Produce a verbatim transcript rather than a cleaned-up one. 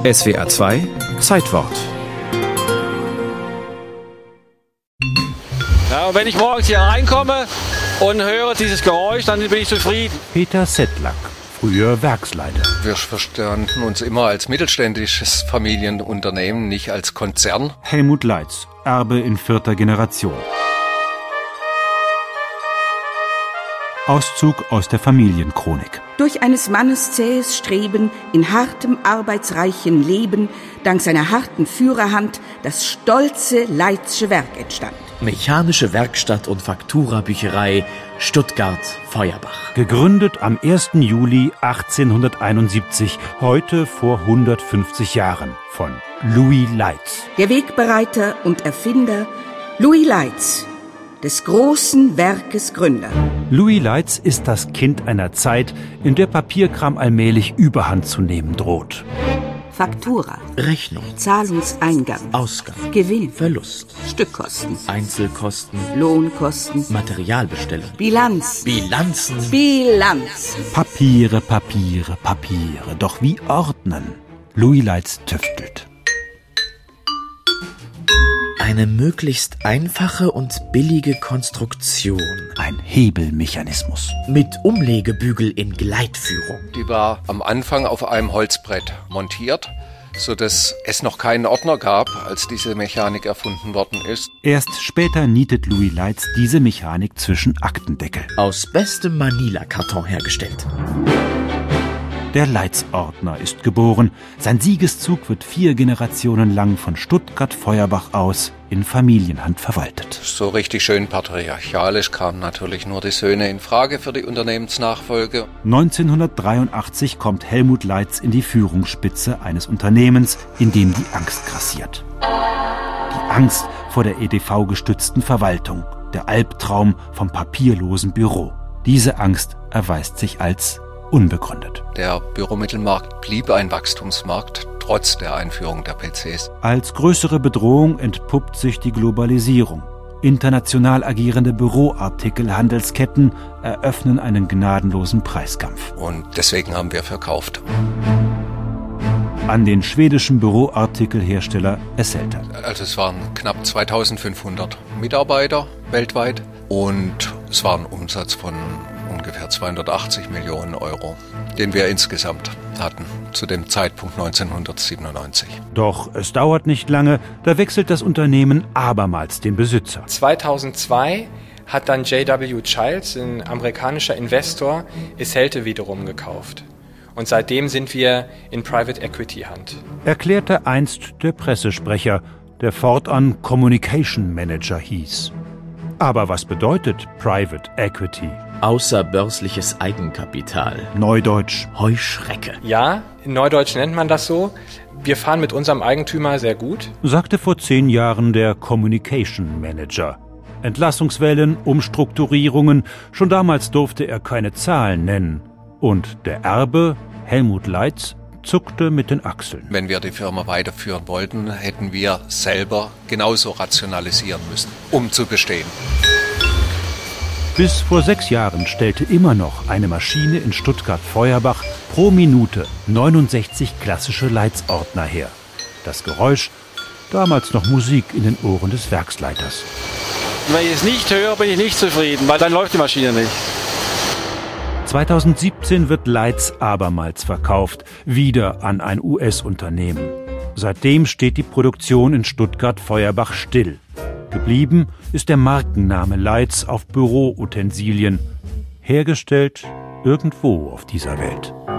S W R zwei Zeitwort. Ja, und wenn ich morgens hier reinkomme und höre dieses Geräusch, dann bin ich zufrieden. Peter Sedlak, früher Werksleiter. Wir verstanden uns immer als mittelständisches Familienunternehmen, nicht als Konzern. Helmut Leitz, Erbe in vierter Generation. Auszug aus der Familienchronik. Durch eines Mannes zähes Streben in hartem, arbeitsreichen Leben, dank seiner harten Führerhand, das stolze Leitzsche Werk entstand. Mechanische Werkstatt und Faktura-Bücherei, Stuttgart-Feuerbach. Gegründet am ersten Juli achtzehnhunderteinundsiebzig, heute vor hundertfünfzig Jahren, von Louis Leitz. Der Wegbereiter und Erfinder Louis Leitz, des großen Werkes Gründer. Louis Leitz ist das Kind einer Zeit, in der Papierkram allmählich Überhand zu nehmen droht. Faktura, Rechnung, Zahlungseingang, Ausgang, Gewinn, Verlust, Stückkosten, Einzelkosten, Lohnkosten, Materialbestellung, Bilanz, Bilanzen, Bilanz. Papiere, Papiere, Papiere. Doch wie ordnen? Louis Leitz tüftelt. Eine möglichst einfache und billige Konstruktion. Ein Hebelmechanismus. Mit Umlegebügel in Gleitführung. Die war am Anfang auf einem Holzbrett montiert, sodass es noch keinen Ordner gab, als diese Mechanik erfunden worden ist. Erst später nietet Louis Leitz diese Mechanik zwischen Aktendeckel. Aus bestem Manila-Karton hergestellt. Der Leitz-Ordner ist geboren. Sein Siegeszug wird vier Generationen lang von Stuttgart-Feuerbach aus in Familienhand verwaltet. So richtig schön patriarchalisch kamen natürlich nur die Söhne in Frage für die Unternehmensnachfolge. neunzehnhundertdreiundachtzig kommt Helmut Leitz in die Führungsspitze eines Unternehmens, in dem die Angst grassiert. Die Angst vor der E D V-gestützten Verwaltung, der Albtraum vom papierlosen Büro. Diese Angst erweist sich als unbegründet. Der Büromittelmarkt blieb ein Wachstumsmarkt, trotz der Einführung der P Cs. Als größere Bedrohung entpuppt sich die Globalisierung. International agierende Büroartikelhandelsketten eröffnen einen gnadenlosen Preiskampf. Und deswegen haben wir verkauft. An den schwedischen Büroartikelhersteller Esselta. Also es waren knapp zweitausendfünfhundert Mitarbeiter weltweit und es war ein Umsatz von ungefähr zweihundertachtzig Millionen Euro, den wir insgesamt hatten, zu dem Zeitpunkt neunzehnhundertsiebenundneunzig. Doch es dauert nicht lange, da wechselt das Unternehmen abermals den Besitzer. zweitausendzwei hat dann J W Childs, ein amerikanischer Investor, Esselte wiederum gekauft. Und seitdem sind wir in Private Equity Hand. Erklärte einst der Pressesprecher, der fortan Communication Manager hieß. Aber was bedeutet Private Equity? Außerbörsliches Eigenkapital. Neudeutsch Heuschrecke. Ja, in Neudeutsch nennt man das so. Wir fahren mit unserem Eigentümer sehr gut. Sagte vor zehn Jahren der Communication Manager. Entlassungswellen, Umstrukturierungen, schon damals durfte er keine Zahlen nennen. Und der Erbe, Helmut Leitz, zuckte mit den Achseln. Wenn wir die Firma weiterführen wollten, hätten wir selber genauso rationalisieren müssen, um zu bestehen. Bis vor sechs Jahren stellte immer noch eine Maschine in Stuttgart-Feuerbach pro Minute neunundsechzig klassische Leitz-Ordner her. Das Geräusch, damals noch Musik in den Ohren des Werksleiters. Wenn ich es nicht höre, bin ich nicht zufrieden, weil dann läuft die Maschine nicht. zweitausendsiebzehn wird Leitz abermals verkauft, wieder an ein U S-Unternehmen. Seitdem steht die Produktion in Stuttgart-Feuerbach still. Geblieben ist der Markenname Leitz auf Büroutensilien, hergestellt irgendwo auf dieser Welt.